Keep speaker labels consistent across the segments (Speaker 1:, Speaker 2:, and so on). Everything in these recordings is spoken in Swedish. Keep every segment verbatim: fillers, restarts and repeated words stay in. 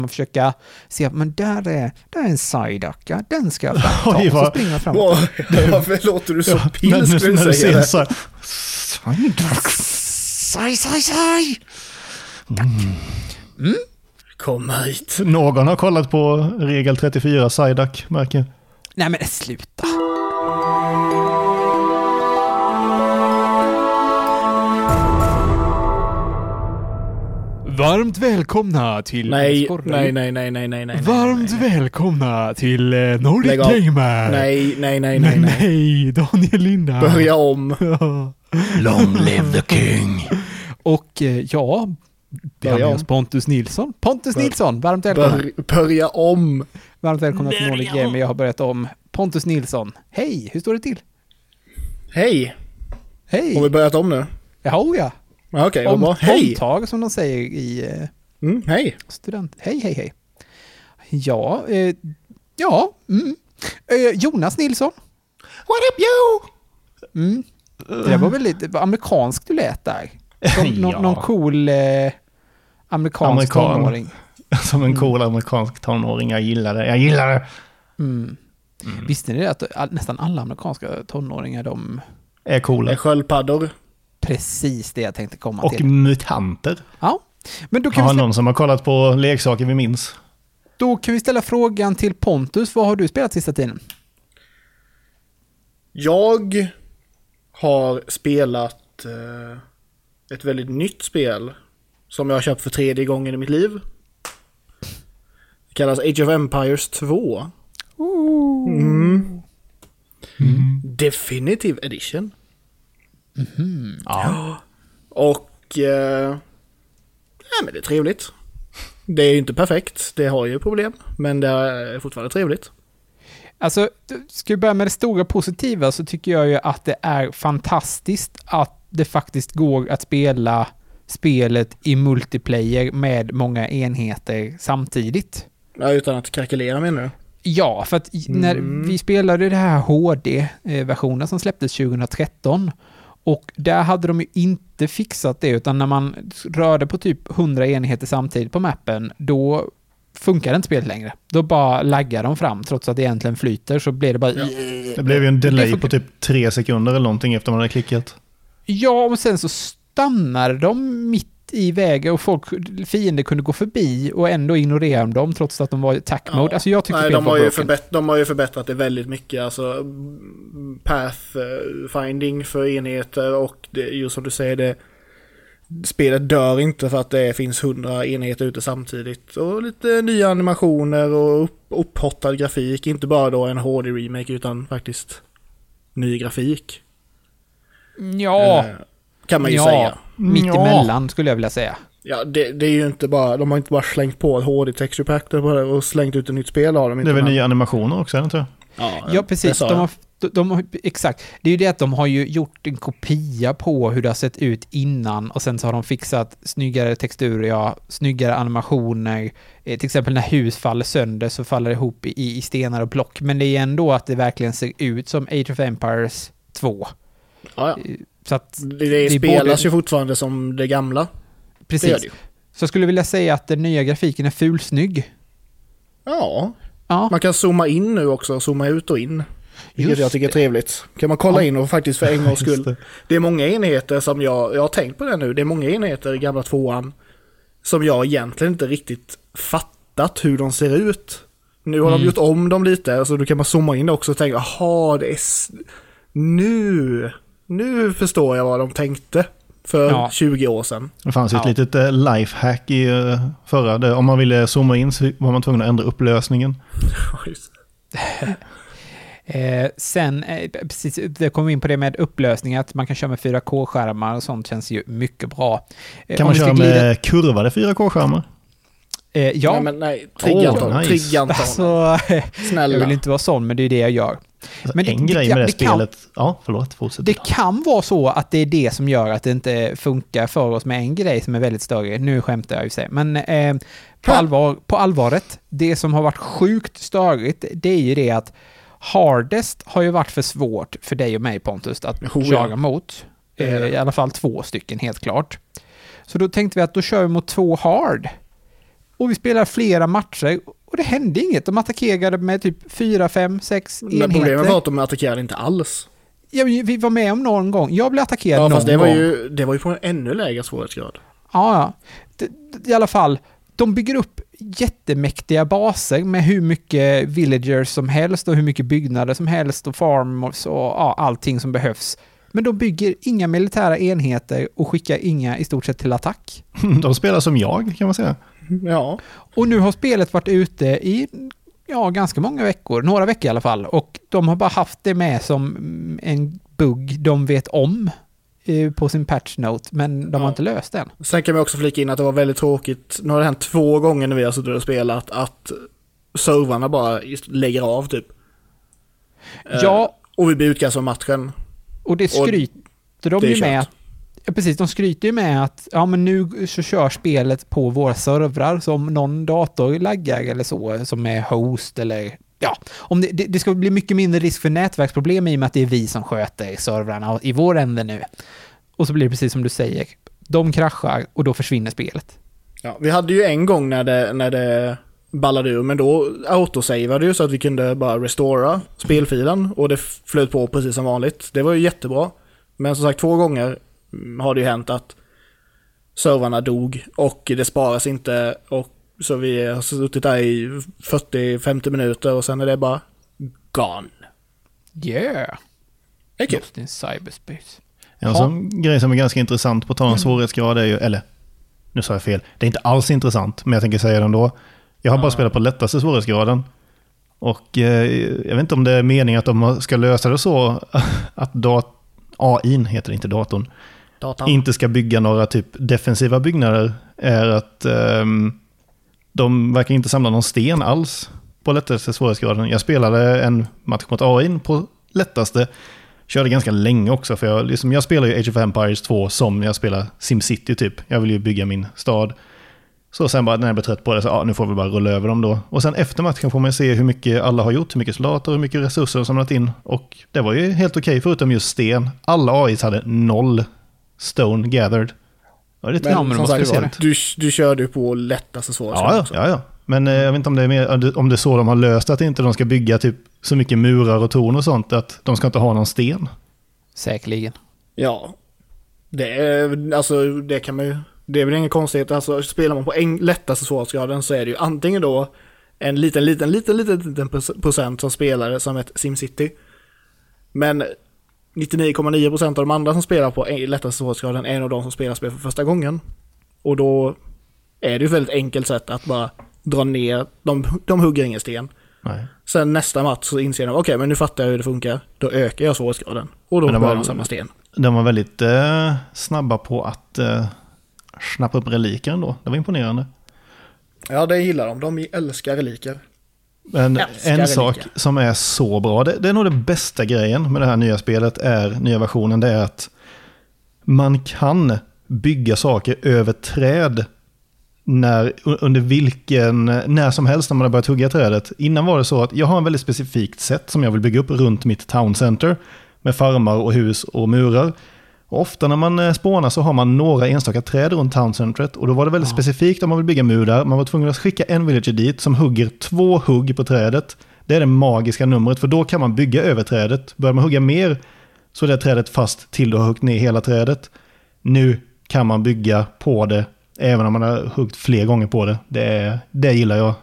Speaker 1: Man försöka se, men där är, där är en Psyduck, den ska jag fram.
Speaker 2: Oj,
Speaker 1: och så springer jag framåt.
Speaker 3: Varför låter du så
Speaker 2: Ja,
Speaker 3: pilsk när du säger det?
Speaker 2: Så Psyduck.
Speaker 1: Psy, psy, psy!
Speaker 3: Mm. Kom hit.
Speaker 2: Någon har kollat på regel trettiofyra Psyduck, märker.
Speaker 1: Nej men sluta. Varmt välkomna till
Speaker 3: Nej, nej, nej, nej, nej, nej, nej.
Speaker 1: Varmt
Speaker 3: nej.
Speaker 1: välkomna till eh, Nordic
Speaker 3: Lägg av.
Speaker 1: Gamer.
Speaker 3: Nej, nej, nej, nej,
Speaker 1: Men
Speaker 3: nej.
Speaker 1: nej, Daniel Linda.
Speaker 3: Börja om.
Speaker 1: Ja.
Speaker 2: Long live the king.
Speaker 1: Och eh, ja, vi har med oss Pontus Nilsson. Pontus
Speaker 3: Bör-
Speaker 1: Nilsson, varmt välkomna.
Speaker 3: Bör, börja om.
Speaker 1: Varmt välkomna till
Speaker 2: Börja
Speaker 1: Nordic
Speaker 2: om.
Speaker 1: Gamer. Jag har börjat om. Pontus Nilsson. Hej, hur står det till?
Speaker 3: Hej.
Speaker 1: Hej.
Speaker 3: Har vi börjat om nu?
Speaker 1: Ja, oh ja.
Speaker 3: Ja, okej, vad
Speaker 1: Om,
Speaker 3: bra. Hej.
Speaker 1: omtag som de säger i eh,
Speaker 3: Mm, hej.
Speaker 1: student. Hej, hej, hej. Ja, eh, ja. Mm. Eh, Jonas Nilsson.
Speaker 3: What up, you?
Speaker 1: Mm. Det var väl lite amerikanskt du lät där. Som nå-
Speaker 2: Ja.
Speaker 1: någon cool eh, amerikansk
Speaker 2: Amerikan.
Speaker 1: tonåring.
Speaker 2: Som en cool amerikansk tonåring. Jag gillar det. Jag gillar det.
Speaker 1: Mm. Mm. Visste ni det att all, nästan alla amerikanska tonåringar, de...
Speaker 2: Är coola.
Speaker 3: Är sköldpaddor.
Speaker 1: Precis det jag tänkte komma
Speaker 2: Och
Speaker 1: till.
Speaker 2: mutanter.
Speaker 1: Ja, men då kan,
Speaker 2: Har
Speaker 1: vi stä-
Speaker 2: någon som har kollat på leksaker vi minns?
Speaker 1: då kan vi ställa frågan till Pontus. Vad har du spelat sista tiden?
Speaker 3: Jag har spelat eh, ett väldigt nytt spel som jag har köpt för tredje gången i mitt liv. Det kallas Age of Empires två. Mm.
Speaker 2: Mm.
Speaker 3: Definitive Edition.
Speaker 1: Mm.
Speaker 2: Ja.
Speaker 3: Och eh, ja, men det är trevligt. Det är ju inte perfekt, det har ju problem, men det är fortfarande trevligt.
Speaker 1: Alltså, ska vi börja med det stora positiva, så tycker jag ju att det är fantastiskt att det faktiskt går att spela spelet i multiplayer med många enheter samtidigt.
Speaker 3: Ja, utan att krackelera menar du?
Speaker 1: Ja, för att i- när
Speaker 3: Mm.
Speaker 1: vi spelade det här H D-versionen som släpptes tjugohundratretton, och där hade de ju inte fixat det, utan när man rörde på typ hundra enheter samtidigt på mappen, då funkar det inte spelet längre. Då bara laggar de fram, trots att det egentligen flyter, så blir det bara...
Speaker 3: Ja.
Speaker 2: Det blev ju en delay
Speaker 1: Det funkar-
Speaker 2: på typ tre sekunder eller någonting efter man hade klickat.
Speaker 1: Ja, och sen så stannar de mitt i vägen och folk, fiender kunde gå förbi och ändå ignorera dem trots att de var i attack mode.
Speaker 3: Ja.
Speaker 1: Alltså jag tyckte
Speaker 3: Nej,
Speaker 1: det
Speaker 3: de
Speaker 1: var
Speaker 3: har, ju
Speaker 1: broken.
Speaker 3: förbätt- de har ju förbättrat det väldigt mycket. Alltså mm, path eh, finding för enheter och det, just som du säger, det, spelet dör inte för att det finns hundra enheter ute samtidigt. Och lite nya animationer och upp, upphottad grafik. Inte bara då en H D-remake utan faktiskt ny grafik.
Speaker 1: Ja,
Speaker 3: Eh, kan man ju
Speaker 1: ja,
Speaker 3: säga.
Speaker 1: mitt
Speaker 2: Ja.
Speaker 1: emellan skulle jag vilja säga.
Speaker 3: Ja, det, det är ju inte bara, de har inte bara slängt på ett H D texture pack där bara och slängt ut ett nytt spel av dem.
Speaker 2: Det är väl nya animationer också, är det inte?
Speaker 3: Ja,
Speaker 1: Ja,
Speaker 3: det
Speaker 1: precis.
Speaker 3: sa
Speaker 1: De
Speaker 3: jag.
Speaker 1: har, de, de har, exakt. Det är ju det att de har ju gjort en kopia på hur det har sett ut innan, och sen så har de fixat snyggare texturer, ja, snyggare animationer. Eh, till exempel när hus faller sönder så faller det ihop i, i stenar och block. Men det är ändå att det verkligen ser ut som Age of Empires två.
Speaker 3: Ja, ja.
Speaker 1: Eh, Så att,
Speaker 3: Det, det,
Speaker 1: det är
Speaker 3: spelas
Speaker 1: både-
Speaker 3: ju fortfarande som det gamla. Det gör
Speaker 1: precis.
Speaker 3: det ju.
Speaker 1: Så jag skulle vilja säga att den nya grafiken är fulsnygg.
Speaker 3: Ja,
Speaker 1: Ja,
Speaker 3: man kan zooma in nu också, zooma ut och in. Vilket
Speaker 1: just
Speaker 3: jag tycker är
Speaker 1: det.
Speaker 3: trevligt. Kan man kolla
Speaker 1: Ja.
Speaker 3: in och faktiskt för en gångs
Speaker 2: Just
Speaker 3: skull.
Speaker 2: det.
Speaker 3: Det är många enheter som jag, jag har tänkt på det nu, det är många enheter i gamla tvåan som jag egentligen inte riktigt fattat hur de ser ut. Nu har
Speaker 1: Mm.
Speaker 3: de gjort om dem lite, så då kan man zooma in också och tänka, jaha, det är... S- nu, nu förstår jag vad de tänkte för
Speaker 1: Ja.
Speaker 3: tjugo år sedan.
Speaker 2: Det fanns ju ett
Speaker 1: Ja.
Speaker 2: litet eh, lifehack i eh, förra. Det, om man ville zooma in så var man tvungen att ändra upplösningen.
Speaker 1: Eh, sen, eh, precis, det kom in på det med upplösning, att man kan köra med fyra K-skärmar och sånt känns ju mycket bra. Eh,
Speaker 2: Kan
Speaker 1: om
Speaker 2: man
Speaker 1: vi ska
Speaker 2: köra
Speaker 1: glida-
Speaker 2: med kurvade fyra K-skärmar?
Speaker 1: Eh, ja,
Speaker 3: Nej, men nej, trigga
Speaker 2: Åh,
Speaker 3: Anton,
Speaker 2: nice.
Speaker 3: trigga Anton.
Speaker 1: alltså, jag
Speaker 3: Snälla.
Speaker 1: vill inte vara sån, men det är det jag gör.
Speaker 2: Alltså,
Speaker 1: Men det-
Speaker 2: en
Speaker 1: det
Speaker 2: grej
Speaker 1: kan-
Speaker 2: med det,
Speaker 1: det kan-
Speaker 2: spelet... Ja, förlåt, fortsätt.
Speaker 1: Det kan vara så att det är det som gör att det inte funkar för oss med en grej som är väldigt större. Nu skämtar jag ju sig. Men eh, på, allvar, på allvaret, det som har varit sjukt störigt, det är ju det att hardest har ju varit för svårt för dig och mig, Pontus, att
Speaker 3: Oh, ja.
Speaker 1: köra mot.
Speaker 3: Det är
Speaker 1: Eh,
Speaker 3: det.
Speaker 1: I alla fall två stycken, helt klart. Så då tänkte vi att då kör vi mot två hard. Och vi spelar flera matcher och det hände inget. De attackerade med typ fyra, fem, sex enheter.
Speaker 3: Men problemet var att de attackerade inte alls.
Speaker 1: Ja, vi var med om någon gång. Jag blev attackerad ja, någon
Speaker 3: fast det
Speaker 1: gång.
Speaker 3: Var ju, det var ju på en ännu lägre svårighetsgrad.
Speaker 1: Ja, ja. Det, I alla fall, de bygger upp jättemäktiga baser med hur mycket villagers som helst och hur mycket byggnader som helst och farms och ja, allting som behövs. Men de bygger inga militära enheter och skickar inga i stort sett till attack.
Speaker 2: De spelar som jag, kan man säga.
Speaker 3: Ja.
Speaker 1: Och nu har spelet varit ute i ja, ganska många veckor, några veckor i alla fall. Och de har bara haft det med som en bugg de vet om på sin patch note, men de ja. har inte löst den.
Speaker 3: Sen kan vi också flika in att det var väldigt tråkigt. Nu har det hänt två gånger när vi har suttit och spelat att servrarna bara lägger av typ.
Speaker 1: Ja.
Speaker 3: Uh, och vi blir utkastade av matchen.
Speaker 1: Och det skryter och de ju med att, ja, precis, de skryter ju med att ja, men nu så kör spelet på våra servrar som någon dator laggar eller så, som är host eller ja, om det, det, det ska bli mycket mindre risk för nätverksproblem i och med att det är vi som sköter servrarna i vår ände nu. Och så blir det precis som du säger. De kraschar och då försvinner spelet.
Speaker 3: Ja, vi hade ju en gång när det, när det ballade ur, men då autosavade ju så att vi kunde bara restora spelfilen och det flöt på precis som vanligt. Det var ju jättebra. Men som sagt, två gånger har det ju hänt att servrarna dog och det sparas inte, och så vi har suttit där i fyrtio till femtio minuter och sen är det bara gone.
Speaker 1: Yeah.
Speaker 3: Det är kul.
Speaker 1: Lost in cyberspace.
Speaker 2: En sån grej som är ganska intressant på tal om svårighetsgrad är ju, eller nu sa jag fel, det är inte alls intressant, men jag tänker säga det ändå. Jag har bara ah. spelat på lättaste svårighetsgraden. Och eh, jag vet inte om det är meningen att de ska lösa det så att dat- A I, heter det inte datorn, Datan. inte ska bygga några typ defensiva byggnader, är att eh, de verkar inte samla någon sten alls på lättaste svårighetsgraden. Jag spelade en match mot A I på lättaste, körde ganska länge också, för jag, liksom, jag spelar ju Age of Empires två som jag spelar SimCity typ. Jag vill ju bygga min stad. Så sen bara när jag blir trött på det så ja, nu får vi bara rulla över dem då. Och sen efter matchen får man se hur mycket alla har gjort, hur mycket soldater, hur mycket resurser de samlat in. Och det var ju helt okej förutom just sten. Alla A Is hade noll stone gathered. Ja, det är
Speaker 3: men som sagt, du, du körde ju på lättaste svårt.
Speaker 2: Ja, ja, ja. Men eh, jag vet inte om det är mer, om det är så de har löst att inte de ska bygga typ så mycket murar och torn och sånt, att de ska inte ha någon sten.
Speaker 1: Säkerligen.
Speaker 3: Ja. Det är, alltså det kan man ju, det är väl ingen konstighet. Alltså spelar man på en lättaste svårighetsgraden så är det ju antingen då en liten, liten, liten, liten, liten procent som spelar som ett SimCity. Men nittionio komma nio procent av de andra som spelar på lättaste svårighetsgraden är nog de som spelar spel för första gången. Och då är det ju ett väldigt enkelt sätt att bara dra ner, de, de hugger ingen sten.
Speaker 2: Nej.
Speaker 3: Sen nästa match så inser de, okej okay, men nu fattar jag hur det funkar. Då ökar jag svårighetsgraden. Och då börjar de, de samma sten.
Speaker 2: De var väldigt eh, snabba på att eh, snappa upp reliker ändå. Det var imponerande.
Speaker 3: Ja, det gillar de. De älskar reliker.
Speaker 2: Men
Speaker 3: älskar
Speaker 2: en
Speaker 3: reliker.
Speaker 2: sak som är så bra, det, det är nog det bästa grejen med det här nya spelet, är nya versionen, det är att man kan bygga saker över träd när, under vilken, när som helst när man har börjat hugga trädet. Innan var det så att jag har en väldigt specifikt sätt som jag vill bygga upp runt mitt town center med farmar och hus och murar. Och ofta när man spånar så har man några enstaka träd runt towncentret, och då var det väldigt ja. specifikt om man vill bygga mur där. Man var tvungen att skicka en villager dit som hugger två hugg på trädet. Det är det magiska numret, för då kan man bygga över trädet. Börjar man hugga mer så är det trädet fast till du har huggt ner hela trädet. Nu kan man bygga på det även om man har huggt fler gånger på det. Det, är, det gillar jag.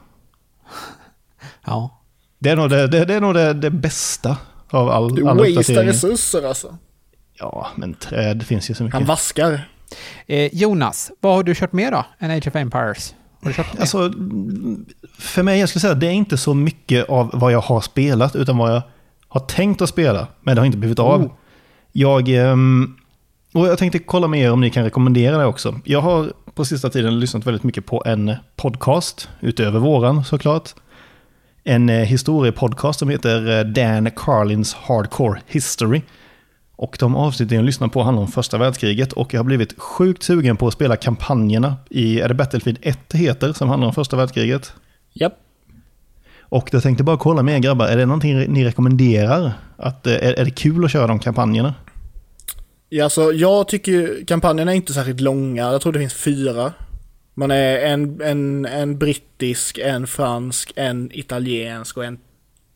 Speaker 1: Ja.
Speaker 2: Det är nog det, det, det, är nog det, det bästa av all,
Speaker 3: du
Speaker 2: all
Speaker 3: wastar resurser alltså.
Speaker 2: Ja, men träd finns ju så mycket.
Speaker 3: Han vaskar.
Speaker 1: Eh, Jonas, vad har du kört med då? En Age of Empires? Har du kört med?
Speaker 2: Alltså, för mig, jag skulle säga, det är inte så mycket av vad jag har spelat, utan vad jag har tänkt att spela, men det har inte blivit av. Oh. Jag, och jag tänkte kolla med er om ni kan rekommendera det också. Jag har på sista tiden lyssnat väldigt mycket på en podcast, utöver våran såklart. En historiepodcast som heter Dan Carlins Hardcore History. Och de avsnitt jag lyssnar på handlar om första världskriget, och jag har blivit sjukt sugen på att spela kampanjerna i, är det Battlefield ett det heter, som handlar om första världskriget?
Speaker 3: Japp. Yep.
Speaker 2: Och jag tänkte bara kolla med er grabbar, är det någonting ni rekommenderar? Att, är, är det kul att köra de kampanjerna?
Speaker 3: Ja, alltså, jag tycker kampanjerna är inte särskilt långa. Jag tror det finns fyra. Man är en, en, en brittisk, en fransk, en italiensk och en...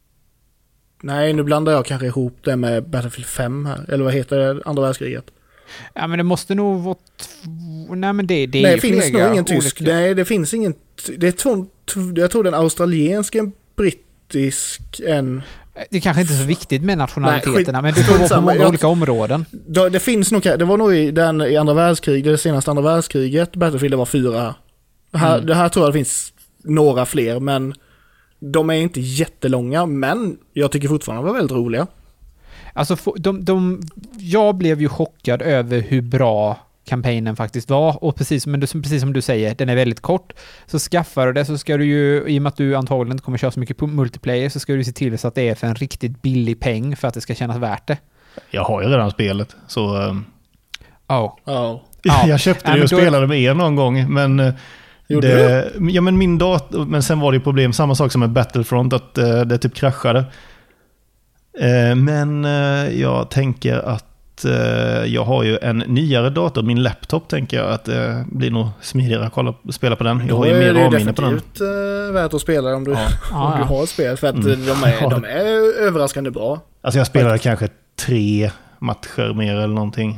Speaker 3: Nej, nu blandar jag kanske ihop det med Battlefield fem här. Eller vad heter det? Andra världskriget.
Speaker 1: Ja, men det måste nog vara... Tv... Nej, men det, det är
Speaker 3: Nej,
Speaker 1: ju
Speaker 3: det finns
Speaker 1: flera
Speaker 3: nog ingen tysk.
Speaker 1: olika-
Speaker 3: Nej, det finns ingen... Det är två, jag tror den australiensk, en brittisk, en...
Speaker 1: Det är kanske inte är så viktigt med nationaliteterna,
Speaker 3: Nej,
Speaker 1: men det får vara på
Speaker 3: skitsamma.
Speaker 1: många
Speaker 3: Jag-
Speaker 1: olika områden.
Speaker 3: Det, det finns nog... Det var nog i, den, i andra världskriget, det senaste andra världskriget, Battlefield, det var fyra. Det här,
Speaker 1: Mm.
Speaker 3: det här tror jag det finns några fler, men de är inte jättelånga, men jag tycker fortfarande de var väldigt roliga.
Speaker 1: Alltså, få- de, de, jag blev ju chockad över hur bra kampanjen faktiskt var, och precis, men du, precis som du säger, den är väldigt kort. Så skaffar du det så ska du ju, i och med att du antagligen inte kommer köra så mycket på multiplayer, så ska du se till så att det är för en riktigt billig peng för att det ska kännas värt det.
Speaker 2: Jag har ju redan spelet, så... Um,
Speaker 1: Oh.
Speaker 3: Oh.
Speaker 1: Ja.
Speaker 2: jag köpte
Speaker 1: Ja,
Speaker 2: det
Speaker 1: men
Speaker 2: och
Speaker 1: då-
Speaker 2: spelade med er någon gång, men... uh,
Speaker 3: Gjorde
Speaker 2: det, ja, men min dator... Men sen var det ju problem, samma sak som med Battlefront, att uh, det typ kraschade. Uh, men uh, jag tänker att uh, jag har ju en nyare dator, min laptop tänker jag att det uh, blir nog smidigare att kolla, spela på den. Jag har ju mer RAM-minne på den.
Speaker 3: definitivt uh, värt att spela om du,
Speaker 2: Ja.
Speaker 3: om du
Speaker 1: Ja.
Speaker 3: har ett spel, för att
Speaker 2: Mm.
Speaker 3: de, är, de är överraskande bra.
Speaker 2: Alltså jag spelade kanske tre matcher mer eller någonting.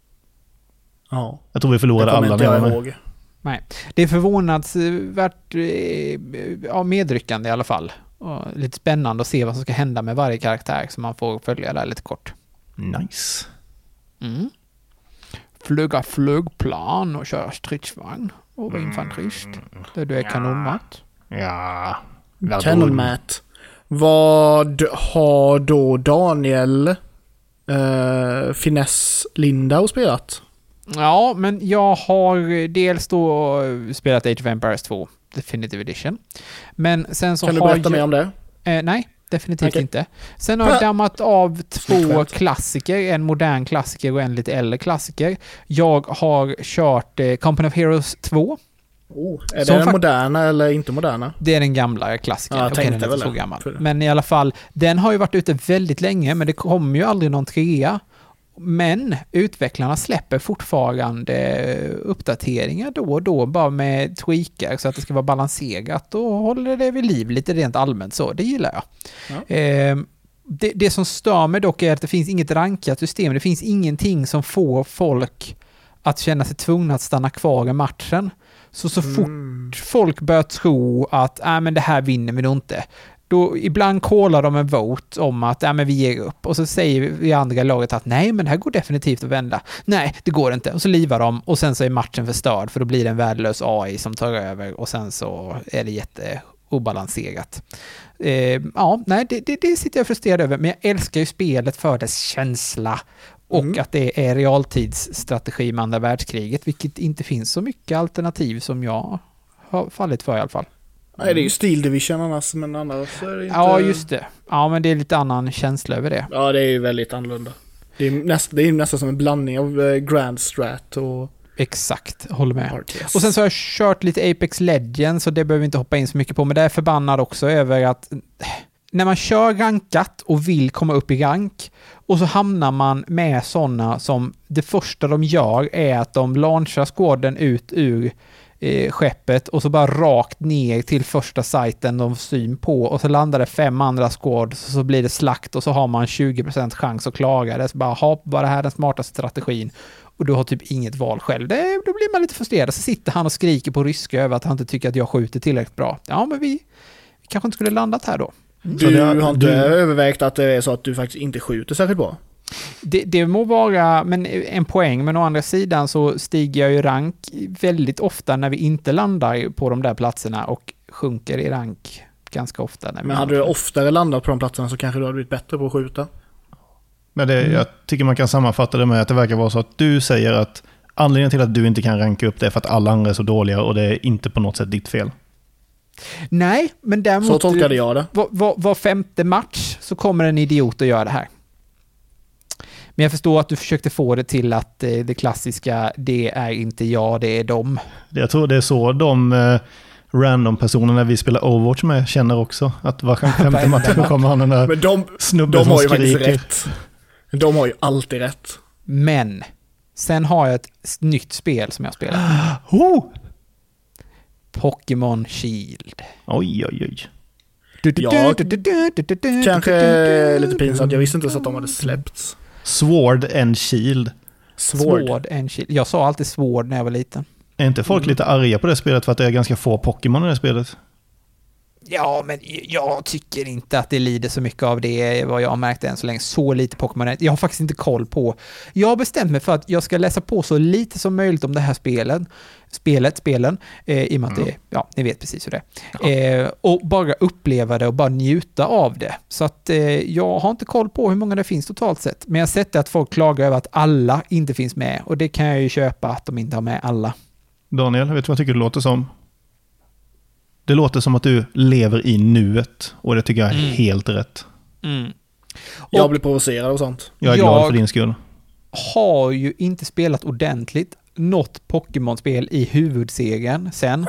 Speaker 3: Ja.
Speaker 2: Jag tror vi
Speaker 3: Det
Speaker 2: förlorade
Speaker 3: kommer
Speaker 2: alla
Speaker 3: inte
Speaker 2: när jag
Speaker 3: jag
Speaker 2: var med.
Speaker 3: ihåg.
Speaker 1: Nej. Det är förvånansvärt eh, ja, medryckande i alla fall. Och lite spännande att se vad som ska hända med varje karaktär, så man får följa där lite kort.
Speaker 2: Nice.
Speaker 1: Mm. Flyga flygplan och köra stridsvagn och vara infanterist. Där du är kanonmat.
Speaker 2: Ja.
Speaker 3: Canon Matt. Vad har då Daniel uh, Finess Lindau spelat?
Speaker 1: Ja, men jag har dels då spelat Age of Empires två Definitive Edition. Men sen så
Speaker 3: Kan du
Speaker 1: har
Speaker 3: berätta
Speaker 1: jag...
Speaker 3: mer om det?
Speaker 1: Eh, nej, definitivt
Speaker 3: Okej.
Speaker 1: inte. Sen har jag dammat av två
Speaker 3: Skönt.
Speaker 1: klassiker, en modern klassiker och en lite äldre klassiker. Jag har kört eh, Company of Heroes två.
Speaker 3: Oh, är
Speaker 1: Som
Speaker 3: det den
Speaker 1: fakt-
Speaker 3: moderna eller inte moderna?
Speaker 1: Det är den gamla klassikern.
Speaker 3: Ja, jag
Speaker 1: Okej, den
Speaker 3: tänkte
Speaker 1: är
Speaker 3: väl
Speaker 1: inte så
Speaker 3: det.
Speaker 1: gammal.
Speaker 3: För det.
Speaker 1: Men i alla fall, den har ju varit ute väldigt länge, men det kommer ju aldrig någon trea. Men utvecklarna släpper fortfarande uppdateringar då och då, bara med tweakar så att det ska vara balanserat och håller det vid liv lite rent allmänt så. Det gillar jag.
Speaker 3: Ja.
Speaker 1: Eh, det, det som stör mig dock är att det finns inget rankat system. Det finns ingenting som får folk att känna sig tvungna att stanna kvar i matchen. Så så fort
Speaker 3: Mm.
Speaker 1: folk börjar tro att äh, men det här vinner vi nog inte. Då ibland kollar de en vote om att äh, men vi ger upp. Och så säger vi andra laget att nej, men det här går definitivt att vända. Nej, det går inte. Och så livar de och sen så är matchen förstörd, för då blir det en värdelös A I som tar över och sen så är det jätteobalanserat. Eh, ja, nej, det, det, det sitter jag frustrerad över. Men jag älskar ju spelet för dess känsla och
Speaker 3: Mm.
Speaker 1: att det är realtidsstrategi med andra världskriget, vilket inte finns så mycket alternativ som jag har fallit för i alla fall.
Speaker 3: Nej, det är ju Steel Division annars, men annars så är det inte...
Speaker 1: Ja, just det. Ja, men det är lite annan känsla över det.
Speaker 3: Ja, det är ju väldigt annorlunda. Det är, näst, det är nästan som en blandning av eh, Grand Strat och
Speaker 1: Exakt, håller med.
Speaker 3: R T S.
Speaker 1: Och sen så har jag kört lite Apex Legends, så det behöver vi inte hoppa in så mycket på, men det är förbannad också över att när man kör rankat och vill komma upp i rank och så hamnar man med sådana som det första de gör är att de launchar squaden ut ur eh, skeppet och så bara rakt ner till första sajten de får syn på, och så landar det fem andra squads och så blir det slakt och så har man tjugo procent chans att klara det. Så bara, ha, var det här den smartaste strategin? Och du har typ inget val själv. Det, då blir man lite frustrerad. Så sitter han och skriker på ryska över att han inte tycker att jag skjuter tillräckligt bra. Ja, men vi, vi kanske inte skulle landat här då.
Speaker 3: Du
Speaker 2: Så det har-
Speaker 3: har inte
Speaker 2: du-
Speaker 3: övervägt att det är så att du faktiskt inte skjuter särskilt bra?
Speaker 1: Det, det må vara men en poäng, men å andra sidan så stiger jag i rank väldigt ofta när vi inte landar på de där platserna och sjunker i rank ganska ofta. När vi
Speaker 3: Men hade du oftare landat på de platserna så kanske du hade blivit bättre på att skjuta.
Speaker 2: Men det,
Speaker 1: Mm.
Speaker 2: jag tycker man kan sammanfatta det med att det verkar vara så att du säger att anledningen till att du inte kan ranka upp det är för att alla andra är så dåliga och det är inte på något sätt ditt fel.
Speaker 1: Nej, men däremot...
Speaker 3: Så tolkade jag det.
Speaker 1: Var, var, var femte match så kommer en idiot att göra det här. Men jag förstår att du försökte få det till att eh, det klassiska, det är inte jag, det är dem.
Speaker 2: Jag tror det är så de eh, random personerna vi spelar Overwatch med känner också. Att var femte match så kommer han den där
Speaker 3: Men de,
Speaker 2: snubben
Speaker 3: de
Speaker 2: som
Speaker 3: har ju faktiskt
Speaker 2: skriker.
Speaker 3: rätt. De har ju alltid rätt.
Speaker 1: Men sen har jag ett s- nytt spel som jag spelar.
Speaker 2: Oh!
Speaker 1: Pokémon Shield.
Speaker 2: Oj, oj, oj.
Speaker 3: Ja, kanske lite pinsamt. Jag visste inte så att de hade släppts.
Speaker 2: Sword and Shield.
Speaker 3: Sword.
Speaker 1: Sword and Shield. Jag sa alltid Sword när jag var liten.
Speaker 2: Är inte folk
Speaker 3: Mm.
Speaker 2: lite arga på det spelet för att det är ganska få Pokémon i det spelet?
Speaker 1: Ja, men jag tycker inte att det lider så mycket av det, vad jag har märkt än så länge. Så lite Pokémon. Jag har faktiskt inte koll på. Jag har bestämt mig för att jag ska läsa på så lite som möjligt om det här spelen. Spelet, spelen. Eh, I och med att det, ja, ni vet precis hur det är. Eh, och bara uppleva det och bara njuta av det. Så att eh, jag har inte koll på hur många det finns totalt sett. Men jag har sett att folk klagar över att alla inte finns med. Och det kan jag ju köpa att de inte har med alla.
Speaker 2: Daniel, vet du vad jag tycker det låter som? Det låter som att du lever i nuet. Och det tycker jag är
Speaker 1: Mm.
Speaker 2: helt rätt.
Speaker 1: Mm.
Speaker 3: Jag
Speaker 1: Och-
Speaker 3: blir provocerad och sånt.
Speaker 2: Jag är
Speaker 1: Jag-
Speaker 2: glad för din skull.
Speaker 1: har ju inte spelat ordentligt något Pokémon-spel i huvudserien sen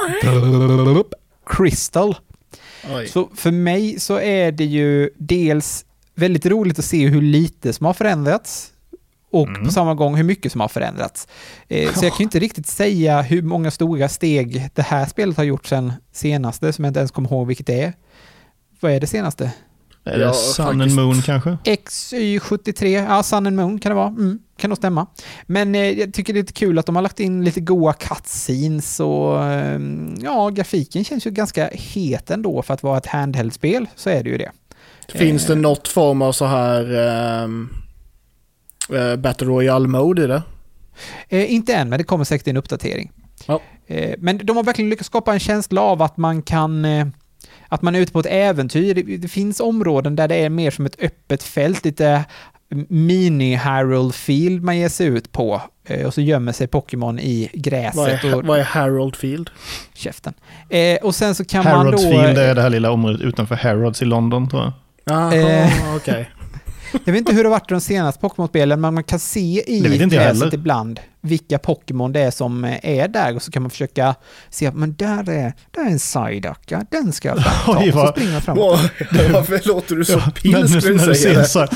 Speaker 1: Crystal.
Speaker 3: Oj.
Speaker 1: Så för mig så är det ju dels väldigt roligt att se hur lite som har förändrats och
Speaker 2: Mm.
Speaker 1: på samma gång hur mycket som har förändrats. Eh, så jag kan ju inte riktigt säga hur många stora steg det här spelet har gjort sen senaste, som jag inte ens kommer ihåg vilket det är. Vad är det senaste?
Speaker 2: Är det
Speaker 3: Ja,
Speaker 2: Sun and
Speaker 3: faktiskt.
Speaker 2: Moon kanske?
Speaker 1: X Y sjuttiotre, ja, Sun and Moon kan det vara. Mm, kan nog stämma. Men eh, jag tycker det är lite kul att de har lagt in lite goa cutscenes och eh, ja, grafiken känns ju ganska het ändå för att vara ett handheld-spel, så är det ju det.
Speaker 3: Finns det något form av så här um, uh, Battle Royale-mode i det?
Speaker 1: Eh, inte än, men det kommer säkert en uppdatering.
Speaker 3: Ja.
Speaker 1: Eh, men de har verkligen lyckats skapa en känsla av att man kan eh, att man är ute på ett äventyr. Det, det finns områden där det är mer som ett öppet fält, lite mini-Harold Field man ger sig ut på. Eh, och så gömmer sig Pokémon i gräset
Speaker 3: Vad är,
Speaker 1: och
Speaker 3: vad är Harold Field?
Speaker 1: käften. Eh, och sen så kan man
Speaker 2: Harrods
Speaker 1: då...
Speaker 2: Field är det här lilla området utanför Harrods i London, tror jag.
Speaker 3: Jaha,
Speaker 1: Eh.
Speaker 3: okej.
Speaker 1: Jag vet inte hur det har varit de senaste Pokémon-spelen, men man kan se i
Speaker 2: Det vet inte jag
Speaker 1: gräset
Speaker 2: heller.
Speaker 1: ibland vilka Pokémon det är som är där, och så kan man försöka se att men där är, där är en Psyduck, den ska jag fram.
Speaker 2: Oj,
Speaker 1: Och så
Speaker 2: vad-
Speaker 1: springer jag framåt.
Speaker 3: Wow, varför låter du så
Speaker 2: Ja,
Speaker 3: pilsk när
Speaker 2: när
Speaker 3: du säger det?
Speaker 2: så här,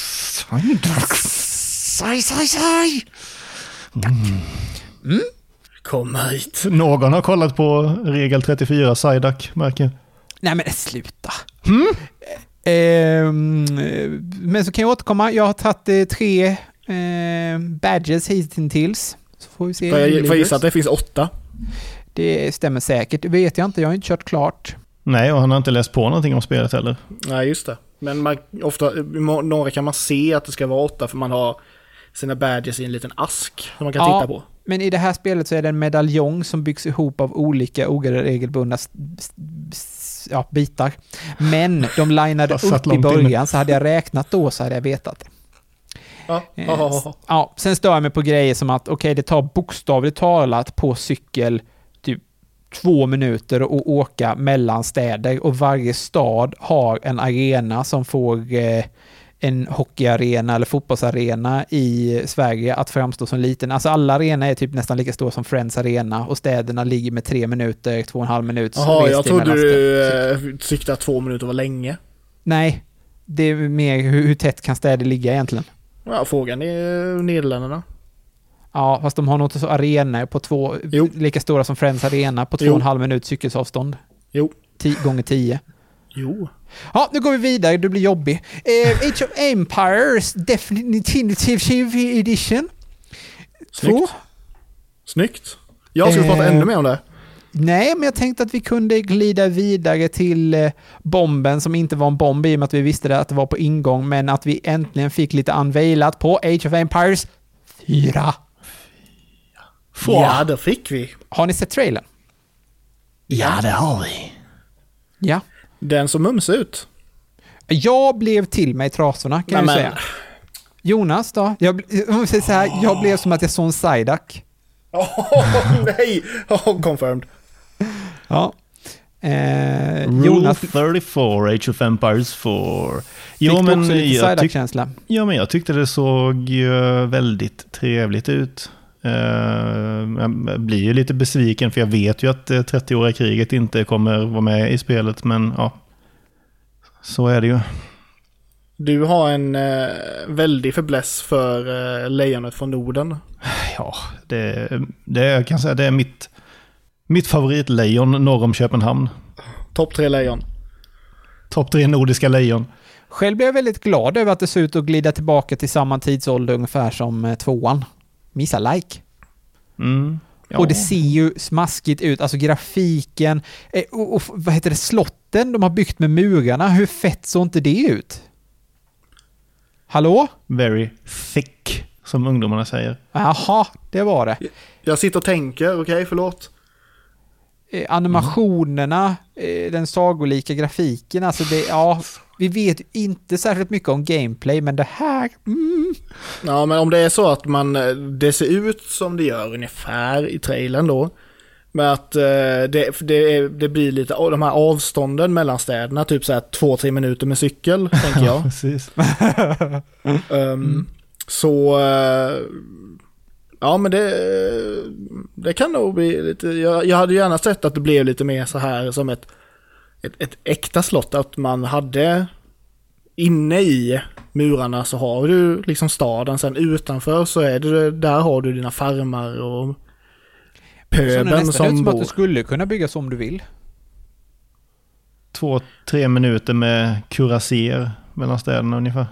Speaker 1: Psy, psy, psy!
Speaker 3: Kom hit.
Speaker 2: Någon har kollat på regel trettiofyra Psyduck, märker.
Speaker 1: Nej men sluta. Ehm, men så kan jag återkomma. Jag har tagit eh, tre eh, badges hittills. Så får vi se.
Speaker 3: Får
Speaker 1: hur det
Speaker 3: jag, får jag
Speaker 1: blir.
Speaker 3: gissa att det finns åtta?
Speaker 1: Det stämmer säkert. Det vet jag inte. Jag har inte kört klart.
Speaker 2: Nej, och han har inte läst på någonting om spelet heller.
Speaker 3: Nej, just det. Men man, ofta, må- några kan man se att det ska vara åtta för man har sina badges i en liten ask som man kan
Speaker 1: Ja.
Speaker 3: titta på.
Speaker 1: Men i det här spelet så är det en medaljong som byggs ihop av olika oregelbundna s- s- ja, bitar. Men de linade
Speaker 2: Jag satt
Speaker 1: upp i
Speaker 2: långt
Speaker 1: början,
Speaker 2: inne.
Speaker 1: så hade jag räknat då så hade jag vetat det.
Speaker 3: Ja,
Speaker 1: Eh,
Speaker 3: ja, ja, ja.
Speaker 1: Ja, sen stör jag mig på grejer som att okej, det tar bokstavligt talat på cykel typ två minuter att åka mellan städer, och varje stad har en arena som får eh, en hockeyarena eller fotbollsarena i Sverige att framstå som liten. Alltså alla arenor är typ nästan lika stora som Friends Arena, och städerna ligger med tre minuter, två och en halv minut.
Speaker 3: Jaha, jag
Speaker 1: restid
Speaker 3: trodde
Speaker 1: mellan städer.
Speaker 3: du eh, tyckte att två minuter var länge.
Speaker 1: Nej, det är mer hur, hur tätt kan städer ligga egentligen?
Speaker 3: Ja, frågan är Nederländerna.
Speaker 1: Ja, fast de har nog inte så arenor på två,
Speaker 3: Jo.
Speaker 1: lika stora som Friends Arena på två
Speaker 3: Jo.
Speaker 1: och en halv minut cykelsavstånd.
Speaker 3: Jo.
Speaker 1: Tio gånger tio.
Speaker 3: Jo.
Speaker 1: Ja, nu går vi vidare. Du blir jobbig. Eh, Age of Empires Definitive Edition. Två.
Speaker 3: Snyggt. Snyggt. Jag skulle
Speaker 1: Eh.
Speaker 3: prata ännu mer om det.
Speaker 1: Nej, men jag tänkte att vi kunde glida vidare till eh, bomben som inte var en bomb, i och med att vi visste det, att det var på ingång, men att vi äntligen fick lite unveilat på Age of Empires fyra.
Speaker 3: Ja, det fick vi.
Speaker 1: Har ni sett trailern?
Speaker 2: Ja, det har vi.
Speaker 1: Ja.
Speaker 3: Den som mums ut.
Speaker 1: Jag blev till mig i trasorna, kan
Speaker 3: Nej,
Speaker 1: jag
Speaker 3: men-
Speaker 1: säga. Jonas då? Jag, bl- om vi säger så här, jag blev som att jag såg en Psyduck.
Speaker 3: Åh, nej! Oh, confirmed.
Speaker 1: Ja. Eh,
Speaker 2: Rule
Speaker 1: Jonas
Speaker 2: fyrtiofyra, Age of Empires fyra.
Speaker 1: fick
Speaker 2: Jo,
Speaker 1: du
Speaker 2: men
Speaker 1: också lite
Speaker 2: jag, tyck,
Speaker 1: Psyduck-känsla.
Speaker 2: ja, men jag tyckte det såg ju väldigt trevligt ut. Uh, jag blir ju lite besviken, för jag vet ju att eh, trettioåriga kriget inte kommer vara med i spelet, men ja, så är det ju.
Speaker 3: Du har en eh, väldig fäbless för eh, lejonet från Norden.
Speaker 2: Ja, det, det jag kan säga, det är mitt Mitt favoritlejon norr om Köpenhamn.
Speaker 3: Topp tre lejon.
Speaker 2: Topp tre nordiska lejon.
Speaker 1: Själv blev jag väldigt glad över att det ser ut att glida tillbaka till samma tidsålder ungefär som eh, tvåan. Missa like.
Speaker 2: Mm. Ja.
Speaker 1: Och det ser ju smaskigt ut, alltså grafiken eh, och, och vad heter det, slotten de har byggt med murarna, hur fett såg inte det ut? Hallå?
Speaker 2: Very thick, som ungdomarna säger.
Speaker 1: Jaha, det var det.
Speaker 3: Jag sitter och tänker, okej, okay, förlåt.
Speaker 1: Eh, animationerna, eh, den sagolika grafiken, alltså det, ja, vi vet inte särskilt mycket om gameplay, men det här... Mm.
Speaker 3: Ja, men om det är så att man, det ser ut som det gör ungefär i trailern då, med att eh, det, det, det blir lite, de här avstånden mellan städerna, typ så här två, tre minuter med cykel, tänker jag.
Speaker 2: Precis.
Speaker 3: um, mm. Så... Uh, ja, men det, det kan nog bli lite... Jag, jag hade gärna sett att det blev lite mer så här som ett, ett, ett äkta slott. Att man hade inne i murarna så har du liksom staden. Sen utanför så är det, där har du dina farmar och pöbeln som
Speaker 1: ut som
Speaker 3: bor.
Speaker 1: att du skulle kunna bygga som du vill.
Speaker 2: Två, tre minuter med kuraser mellan städerna ungefär.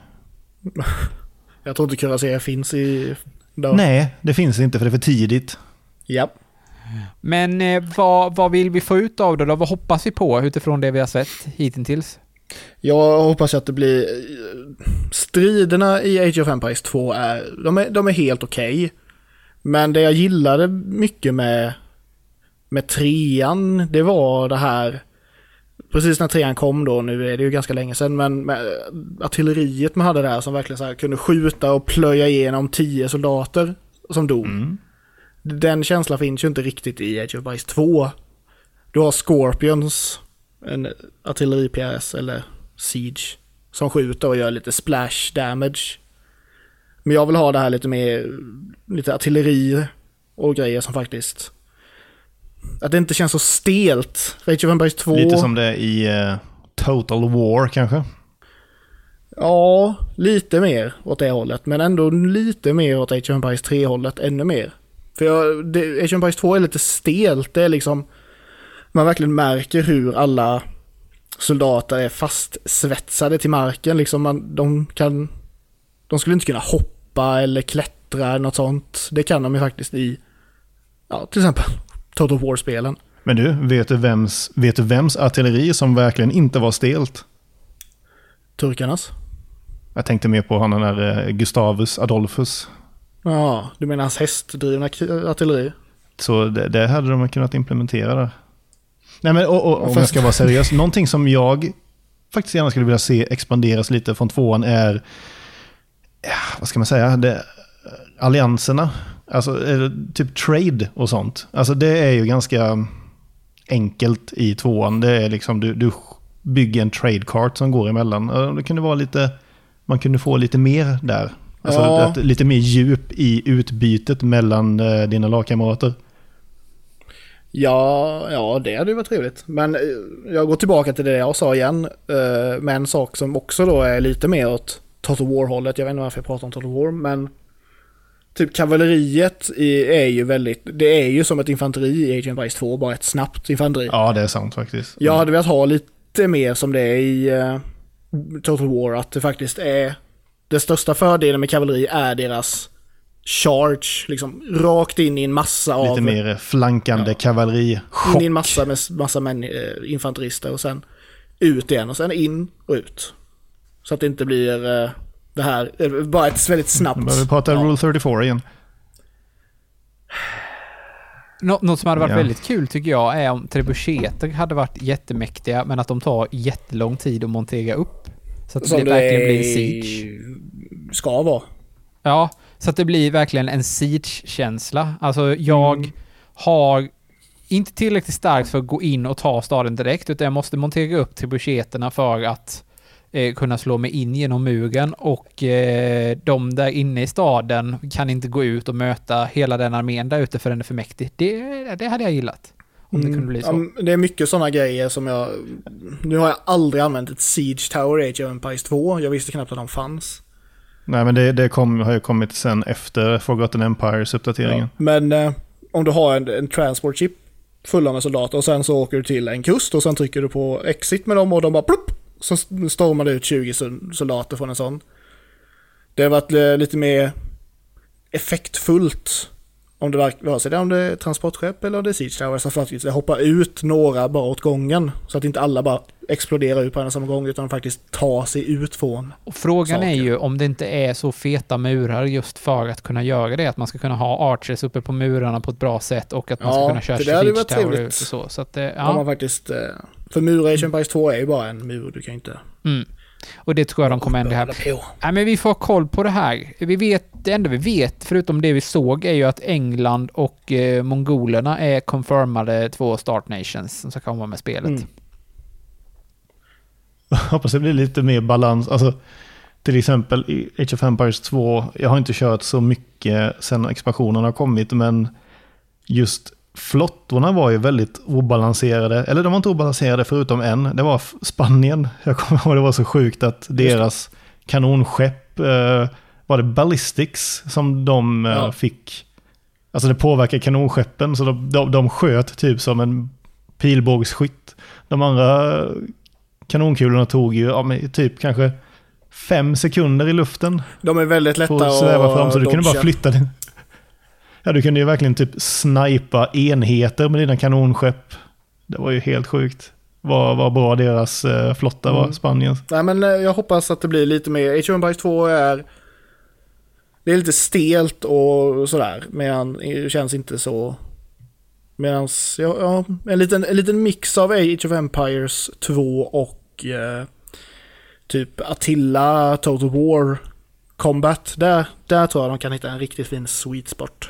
Speaker 3: Jag tror inte kuraser finns i... Då.
Speaker 2: Nej, det finns inte för det är för tidigt.
Speaker 3: Ja.
Speaker 1: Men eh, vad, vad vill vi få ut av det då? Vad hoppas vi på utifrån det vi har sett hittills?
Speaker 3: Jag hoppas att det blir... Striderna i Age of Empires två är... De är, de är helt okej. Okay. Men det jag gillade mycket med... Med trean, det var det här... Precis när trean kom då, nu är det ju ganska länge sedan, men med artilleriet man hade där som verkligen så här kunde skjuta och plöja igenom tio soldater som dog. Mm. Den känslan finns ju inte riktigt i Age of Empires två. Du har Scorpions, en artilleri-P S eller Siege, som skjuter och gör lite splash damage. Men jag vill ha det här lite mer, lite artilleri och grejer som faktiskt... Att det inte känns så stelt. Age of Empires två...
Speaker 2: Lite som det är i uh, Total War kanske?
Speaker 3: Ja, lite mer åt det hållet. Men ändå lite mer åt Age of Empires tre-hållet. Ännu mer. För jag, det, Age of Empires två är lite stelt. Det är liksom... Man verkligen märker hur alla soldater är fastsvetsade till marken. Liksom man, de kan... De skulle inte kunna hoppa eller klättra eller något sånt. Det kan de ju faktiskt i... Ja, till exempel... Total War-spelen.
Speaker 2: Men du, vet du, vems, vet du vems artilleri som verkligen inte var stelt?
Speaker 3: Turkarnas.
Speaker 2: Jag tänkte mer på han den där Gustavus Adolphus.
Speaker 3: Ja, du menar hans hästdrivna artilleri?
Speaker 2: Så det, det hade de kunnat implementera där. Nej men och, och, om jag ska vara seriös, någonting som jag faktiskt gärna skulle vilja se expanderas lite från tvåan är, ja, vad ska man säga, det, allianserna. Alltså typ trade och sånt. Alltså det är ju ganska enkelt i tvåan. Det är liksom du, du bygger en trade cart som går emellan. Det kunde vara lite, man kunde få lite mer där. Alltså
Speaker 3: ja.
Speaker 2: ett, lite mer djup i utbytet mellan uh, dina lagkamrater.
Speaker 3: Ja, ja, det hade ju varit trevligt. Men jag går tillbaka till det jag sa igen. Uh, med en sak som också då är lite mer åt Total War-hållet. Jag vet inte varför jag pratar om Total War, men typ kavalleriet är ju väldigt... Det är ju som ett infanteri i Age of Empires två, bara ett snabbt infanteri.
Speaker 2: Ja, det är sant faktiskt.
Speaker 3: Jag hade velat ha lite mer som det är i uh, Total War, att det faktiskt är... Den största fördelen med kavalleri är deras charge, liksom rakt in i en massa
Speaker 2: lite
Speaker 3: av...
Speaker 2: Lite mer flankande ja. kavalleri.
Speaker 3: In i en massa med massa män, uh, infanterister och sen ut igen och sen in och ut. Så att det inte blir... Uh, Det här, bara ett väldigt snabbt...
Speaker 2: Vi pratar
Speaker 3: ja.
Speaker 2: Rule fyrtiofyra igen.
Speaker 1: Nå- något som hade varit
Speaker 2: ja.
Speaker 1: väldigt kul tycker jag är om trebucheter hade varit jättemäktiga men att de tar jättelång tid att montera upp. Så att det, blir, verkligen blir en siege.
Speaker 3: Ska vara.
Speaker 1: Ja, så att det blir verkligen en siege-känsla. Alltså jag mm. har inte tillräckligt starkt för att gå in och ta staden direkt utan jag måste montera upp trebucheterna för att kunna slå mig in genom muren och eh, de där inne i staden kan inte gå ut och möta hela den armén där ute för den är för mäktig. Det, det hade jag gillat om mm. det kunde bli så.
Speaker 3: Ja, det är mycket sådana grejer som jag... Nu har jag aldrig använt ett Siege Tower i Age of Empires två. Jag visste knappt att de fanns.
Speaker 2: Nej, men det, det kom, har ju kommit sen efter Forgotten Empires uppdateringen.
Speaker 3: Ja, men eh, om du har en, en transport chip fulla med soldater och sen så åker du till en kust och sen trycker du på exit med dem och de bara plupp, så stormar det ut tjugo soldater från en sån. Det har varit lite mer effektfullt om det var, vare sig det om det är transportskepp eller om det är siege tower, så faktiskt det hoppar ut några bara åt gången så att inte alla bara exploderar ut på en samma gång utan faktiskt tar sig ut från.
Speaker 1: Och frågan
Speaker 3: saker.
Speaker 1: är ju om det inte är så feta murar just för att kunna göra det, att man ska kunna ha archers uppe på murarna på ett bra sätt och att man
Speaker 3: ja,
Speaker 1: ska kunna köra siege tower ut och så. Så att, ja.
Speaker 3: Om man faktiskt, för murar i Age of Empires två är ju bara en mur, du kan inte...
Speaker 1: Mm. Och det tror jag de kommer ändra här. Nej, men vi får ha koll på det här. Vi vet, det enda vi vet, förutom det vi såg, är ju att England och eh, mongolerna är confirmade två start nations som ska komma med spelet.
Speaker 3: Mm.
Speaker 2: Jag hoppas det blir lite mer balans. Alltså, till exempel i Age of Empires två, jag har inte kört så mycket sen expansionen har kommit, men just flottorna var ju väldigt obalanserade. Eller de var inte obalanserade förutom en. Det var Spanien. Jag kommer ihåg, det var så sjukt att deras kanonskepp, eh, var det ballistics som de eh,
Speaker 3: ja.
Speaker 2: fick. Alltså det påverkar kanonskeppen, så de, de, de sköt typ som en pilbågsskytt. De andra kanonkulorna tog ju ja, men typ kanske fem sekunder i luften.
Speaker 3: De är väldigt lätta
Speaker 2: att sväva fram, så du
Speaker 3: dodga.
Speaker 2: kunde bara flytta din. Ja, du kunde ju verkligen typ snipa enheter med dina kanonskepp. Det var ju helt sjukt. Vad, vad bra deras eh, flotta var, mm. Spaniens.
Speaker 3: Nej, men eh, jag hoppas att det blir lite mer. Age of Empires två är... Det är lite stelt och sådär. Men det känns inte så... Medans, ja, ja, en liten, en liten mix av Age of Empires två och eh, typ Attila, Total War, Combat. Där, där tror jag de kan hitta en riktigt fin sweet spot.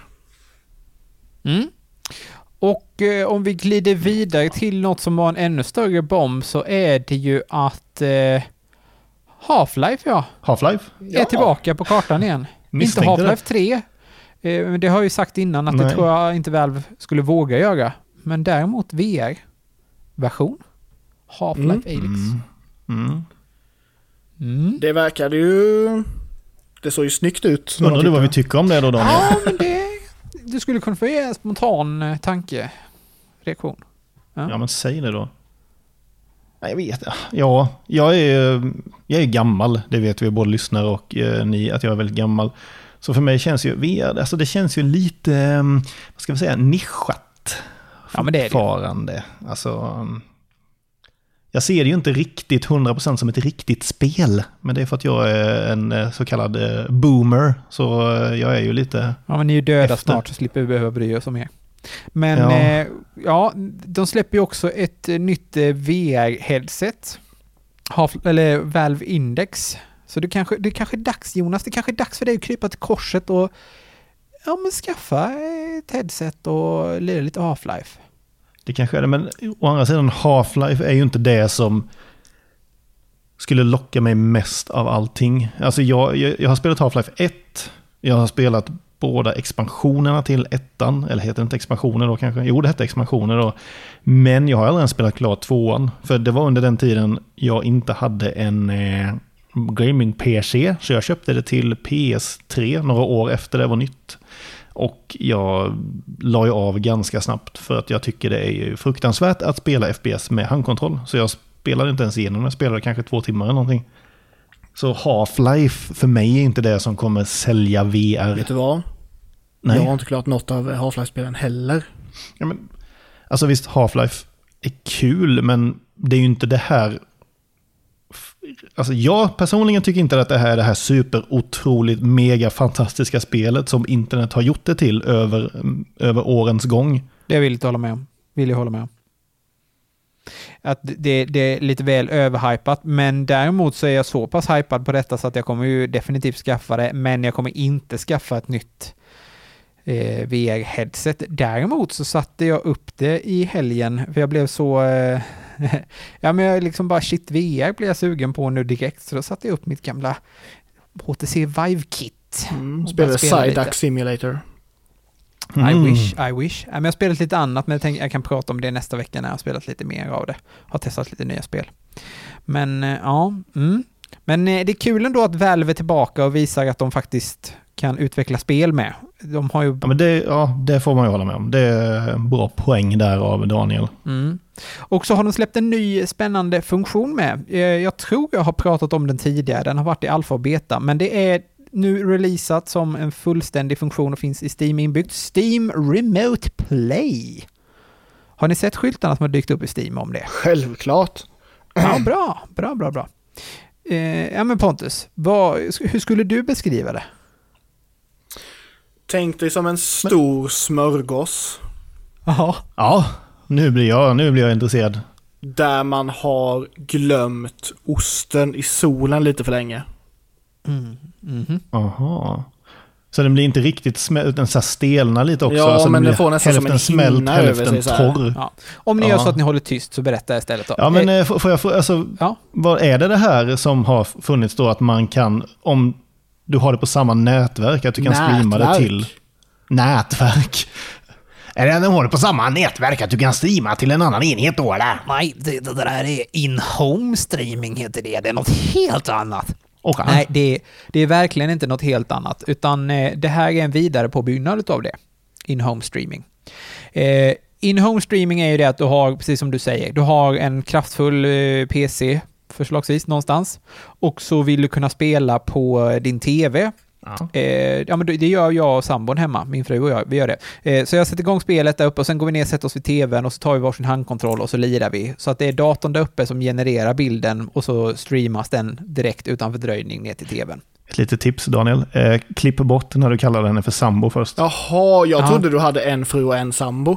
Speaker 1: Mm. Och eh, om vi glider vidare till något som var en ännu större bomb, så är det ju att eh, Half-Life, ja.
Speaker 2: Half-Life?
Speaker 1: Är
Speaker 3: ja.
Speaker 1: tillbaka på kartan igen.
Speaker 2: Misstänkte
Speaker 1: inte Half-Life tre. Eh, det har jag ju sagt innan att Nej. det tror jag inte Valve skulle våga göra. Men däremot V R-version. Half-Life
Speaker 3: mm.
Speaker 1: Alyx.
Speaker 2: Mm. Mm.
Speaker 1: Mm.
Speaker 3: Det verkade ju... Det såg ju snyggt ut.
Speaker 2: Undrar du vad vi tycker om det då, Daniel?
Speaker 1: Ja, men det... Du skulle kunna få en spontan tanke. Reaktion. Ja.
Speaker 2: ja, men säg det då. Nej, jag vet. Ja, jag är, jag är gammal. Det vet vi både lyssnare och eh, ni, att jag är väldigt gammal. Så för mig känns ju V R, alltså det känns ju lite, vad ska vi säga, nischat.
Speaker 1: Ja, men det är det.
Speaker 2: Fortfarande. Alltså, jag ser det ju inte riktigt hundra procent som ett riktigt spel. Men det är för att jag är en så kallad boomer. Så jag är ju lite...
Speaker 1: Ja, men ni är ju döda
Speaker 2: efter.
Speaker 1: snart, så slipper vi behöva bry oss om er. Men
Speaker 2: ja.
Speaker 1: Eh, ja, de släpper ju också ett eh, nytt eh, V R-headset. Half, eller Valve Index. Så det kanske, det kanske är dags, Jonas. Det kanske är dags för dig att krypa till korset och ja, men skaffa ett headset och lira lite Half-Life.
Speaker 2: Det kanske är det, men å andra sidan Half-Life är ju inte det som skulle locka mig mest av allting. Alltså jag, jag, jag har spelat Half-Life ett. Jag har spelat båda expansionerna till ettan. Eller heter det inte expansioner då kanske? Jo, det hette expansioner då. Men jag har aldrig spelat klart tvåan. För det var under den tiden jag inte hade en eh, gaming-P C. Så jag köpte det till P S tre några år efter det var nytt. Och jag la ju av ganska snabbt för att jag tycker det är ju fruktansvärt att spela F P S med handkontroll. Så jag spelade inte ens igenom, jag spelade kanske två timmar eller någonting. Så Half-Life för mig är inte det som kommer sälja V R.
Speaker 3: Vet du vad?
Speaker 2: Nej.
Speaker 3: Jag har inte klart något av Half-Life-spelen heller.
Speaker 2: Ja, men, alltså visst, Half-Life är kul, men det är ju inte det här... Alltså jag personligen tycker inte att det här är det här super otroligt mega fantastiska spelet som internet har gjort det till över, över årens gång.
Speaker 1: Det vill jag hålla med om. Vill jag hålla med om. Att det, det är lite väl överhypat, men däremot så är jag så pass hypad på detta så att jag kommer ju definitivt skaffa det, men jag kommer inte skaffa ett nytt eh, V R-headset. Däremot så satte jag upp det i helgen, för jag blev så eh, ja, men jag liksom bara shit, V R blev jag sugen på nu direkt, så då satte jag upp mitt gamla H T C Vive-kit.
Speaker 3: Mm, spelade Psyduck Simulator.
Speaker 2: Mm.
Speaker 1: I wish, I wish. Ja, men jag har spelat lite annat, men jag, tänk, jag kan prata om det nästa vecka när jag har spelat lite mer av det. Har testat lite nya spel. Men ja, mm. Men det är kul ändå att Valve är tillbaka och visar att de faktiskt kan utveckla spel med. De har ju...
Speaker 2: Ja, men det, ja, det får man ju hålla med om. Det är en bra poäng där av Daniel.
Speaker 1: Mm. Och så har de släppt en ny spännande funktion med. Jag tror jag har pratat om den tidigare. Den har varit i alfa och beta. Men det är nu releasat som en fullständig funktion och finns i Steam inbyggt. Steam Remote Play. Har ni sett skyltarna som har dykt upp i Steam om det?
Speaker 3: Självklart.
Speaker 1: Ja, bra. Bra, bra, bra. Eh, ja, men Pontus, vad, hur skulle du beskriva det?
Speaker 3: Tänk dig som en stor men... smörgås.
Speaker 1: Ja.
Speaker 2: Ja, nu blir jag, nu blir jag intresserad.
Speaker 3: Där man har glömt osten i solen lite för länge.
Speaker 1: Mm. Mm-hmm.
Speaker 2: Aha. Så den blir inte riktigt smält, den så här stelnar lite också.
Speaker 3: Ja,
Speaker 2: alltså
Speaker 3: men
Speaker 2: den
Speaker 3: den får nästan som en
Speaker 2: smält, hälften torr.
Speaker 1: Ja. Om ni
Speaker 2: ja.
Speaker 1: gör så att ni håller tyst så berätta istället då.
Speaker 2: Ja, men eh, får jag få, alltså, ja. Vad är det det här som har funnits då att man kan, om du har det på samma nätverk, att du kan nätverk. streama det till nätverk? Är det när du har det på samma nätverk att du kan streama till en annan enhet då eller?
Speaker 1: Nej, det, det där är in-home streaming heter det. Det är något helt annat.
Speaker 2: Okay.
Speaker 1: Nej, det, det är verkligen inte något helt annat, utan eh, det här är en vidare påbyggnad av det. In-home streaming. Eh, in-home streaming är ju det att du har, precis som du säger, du har en kraftfull eh, P C förslagsvis någonstans och så vill du kunna spela på eh, din tv. Ja. Eh, ja, men det gör jag och sambon hemma, min fru och jag, vi gör det. Eh, så jag sätter igång spelet där uppe och sen går vi ner och sätter oss vid tvn och så tar vi varsin handkontroll och så lirar vi. Så att det är datorn där uppe som genererar bilden och så streamas den direkt utan fördröjning ner till tvn.
Speaker 2: Ett litet tips Daniel, eh, klipp bort när du kallar henne för sambo först.
Speaker 3: Jaha, jag
Speaker 1: ja.
Speaker 3: trodde du hade en fru och en sambo.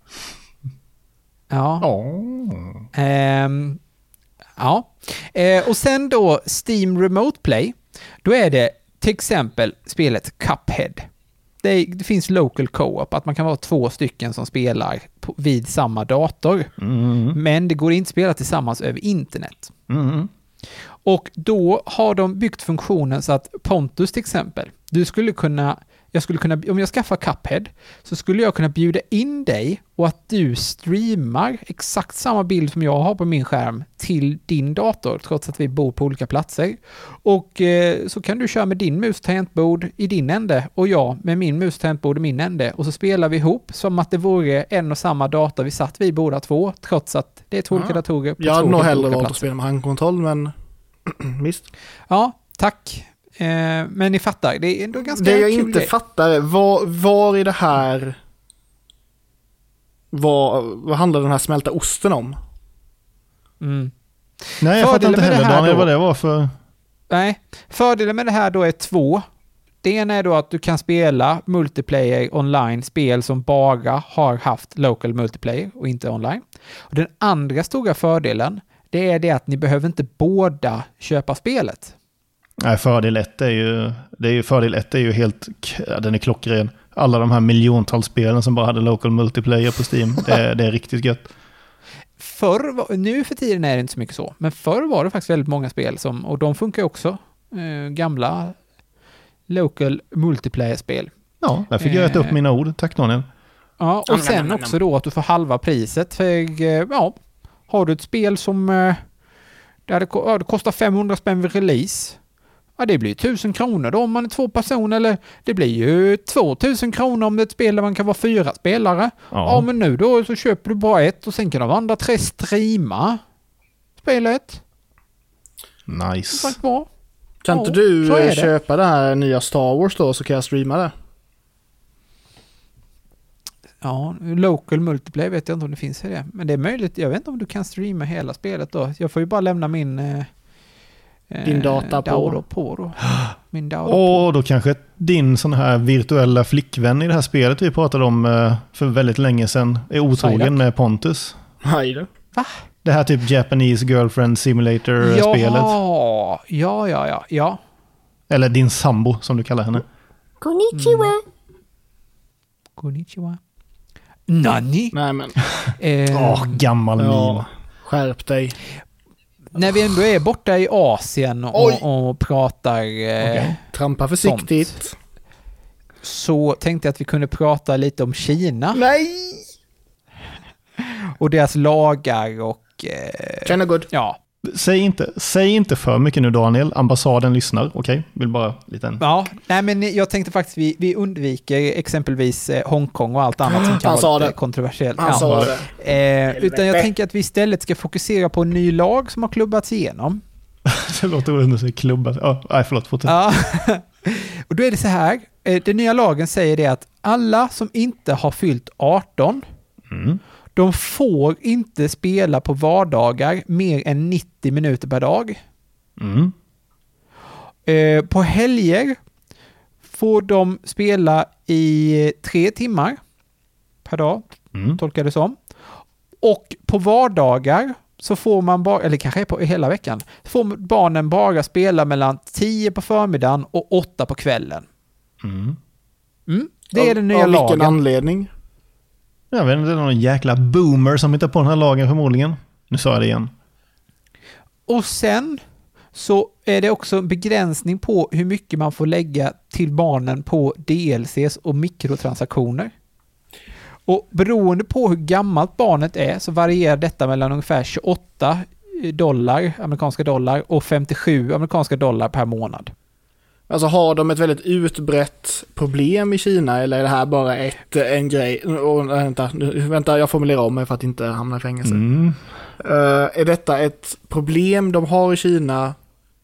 Speaker 1: Ja.
Speaker 2: Oh.
Speaker 1: Eh, ja. Eh, och sen då Steam Remote Play, då är det till exempel spelet Cuphead. Det, det finns local co-op, att man kan vara två stycken som spelar på, vid samma dator.
Speaker 2: Mm.
Speaker 1: Men det går inte att spela tillsammans över internet.
Speaker 2: Mm.
Speaker 1: Och då har de byggt funktionen så att Pontus till exempel, du skulle kunna, jag skulle kunna, om jag skaffar Cuphead så skulle jag kunna bjuda in dig och att du streamar exakt samma bild som jag har på min skärm till din dator trots att vi bor på olika platser. Och eh, så kan du köra med din mus tangentbord i din ände och jag med min mus tangentbord i min ände och så spelar vi ihop som att det vore en och samma dator vi satt vid båda två trots att det är två olika ja. datorer på
Speaker 3: jag hade
Speaker 1: två
Speaker 3: nog
Speaker 1: olika
Speaker 3: hellre valt
Speaker 1: platser.
Speaker 3: att spela med handkontroll, men visst.
Speaker 1: Ja, tack. Eh, men ni fattar, det är ändå ganska
Speaker 3: det jag
Speaker 1: kul
Speaker 3: inte
Speaker 1: det.
Speaker 3: fattar är, var, var i det här vad, vad handlar den här smälta osten om?
Speaker 1: Mm.
Speaker 2: Nej, jag fattar inte heller, Daniel, vad det var för...
Speaker 1: Nej, fördelen med det här då är två. Det ena är då att du kan spela multiplayer online, spel som bara har haft local multiplayer och inte online. Och den andra stora fördelen, det är det att ni behöver inte båda köpa spelet.
Speaker 2: Nej, fördel ett är ju, det är ju fördel ett är ju helt, den är klockren. Alla de här miljontals spelen som bara hade local multiplayer på Steam, det, det är riktigt gött.
Speaker 1: Förr, nu för tiden är det inte så mycket så, men förr var det faktiskt väldigt många spel som, och de funkar också, eh, gamla local multiplayer-spel.
Speaker 2: Ja, där fick jag äta upp mina ord. Tack Daniel.
Speaker 1: Ja, och sen också då att du får halva priset för, ja, har du ett spel som eh, där det, ja, det kostar femhundra spänn vid release. Ja, det blir tusen kronor då om man är två personer, eller det blir ju tvåtusen kronor om det är ett spel där man kan vara fyra spelare. Ja, ja men nu då så köper du bara ett och sen kan de andra tre streama spelet.
Speaker 2: Nice.
Speaker 3: Tack bra. Kan ja, inte du det. köpa det här nya Star Wars då så kan jag streama det?
Speaker 1: Ja, local multiplayer vet jag inte om det finns i det. Men det är möjligt, jag vet inte om du kan streama hela spelet då. Jag får ju bara lämna min eh,
Speaker 3: din data
Speaker 1: på. på då. Min data
Speaker 2: Åh,
Speaker 1: på.
Speaker 2: Då kanske din sån här virtuella flickvän i det här spelet vi pratade om eh, för väldigt länge sedan är otrogen med Pontus.
Speaker 3: Nej då.
Speaker 1: Va?
Speaker 2: Det här typ Japanese Girlfriend Simulator-spelet.
Speaker 1: Ja, ja, ja, ja, ja.
Speaker 2: Eller din sambo, som du kallar henne.
Speaker 4: Konnichiwa.
Speaker 1: Mm. Konnichiwa. Nani?
Speaker 3: Nej, men.
Speaker 2: Åh, oh, gammal
Speaker 3: ja,
Speaker 2: min.
Speaker 3: Skärp dig.
Speaker 1: När vi ändå är borta i Asien och, och pratar... Eh,
Speaker 3: okay. Trampa försiktigt.
Speaker 1: Sånt, så tänkte jag att vi kunde prata lite om Kina.
Speaker 3: Nej!
Speaker 1: Och deras lagar och... Eh,
Speaker 3: China good.
Speaker 1: Ja,
Speaker 2: Säg inte, säg inte för mycket nu, Daniel. Ambassaden lyssnar, okej? Okay? Vill bara liten...
Speaker 1: Ja, nej men jag tänkte faktiskt vi, vi undviker exempelvis eh, Hongkong och allt annat som kan
Speaker 3: Han
Speaker 1: vara
Speaker 3: sa
Speaker 1: lite kontroversiellt.
Speaker 3: Han
Speaker 1: ja.
Speaker 3: sa det.
Speaker 1: Eh, utan jag tänker att vi istället ska fokusera på en ny lag som har klubbats igenom.
Speaker 2: Det låter roligt att säga klubbat. Ja, nej, förlåt, fortsätt.
Speaker 1: Ja. Och då är det så här. Eh, den nya lagen säger det att alla som inte har fyllt arton
Speaker 2: Mm.
Speaker 1: de får inte spela på vardagar mer än nittio minuter per dag.
Speaker 2: Mm.
Speaker 1: Eh, på helger får de spela i tre timmar per dag,
Speaker 2: Mm.
Speaker 1: tolkar det som. Och på vardagar så får man bara, eller kanske på hela veckan, får barnen bara spela mellan tio på förmiddagen och åtta på kvällen.
Speaker 2: Mm.
Speaker 1: Mm, det är den nya
Speaker 3: av
Speaker 1: lagen.
Speaker 3: vilken anledning?
Speaker 2: Jag vet inte, det är någon jäkla boomer som hittar på den här lagen förmodligen. Nu sa jag det igen.
Speaker 1: Och sen så är det också en begränsning på hur mycket man får lägga till barnen på D L Cs och mikrotransaktioner. Och beroende på hur gammalt barnet är så varierar detta mellan ungefär tjugoåtta dollar, amerikanska dollar och femtiosju amerikanska dollar per månad.
Speaker 3: Alltså har de ett väldigt utbrett problem i Kina eller är det här bara ett, en grej? Och, vänta, nu, vänta, jag formulerar om mig för att inte hamna i fängelse.
Speaker 2: Mm.
Speaker 3: Uh, är detta ett problem de har i Kina?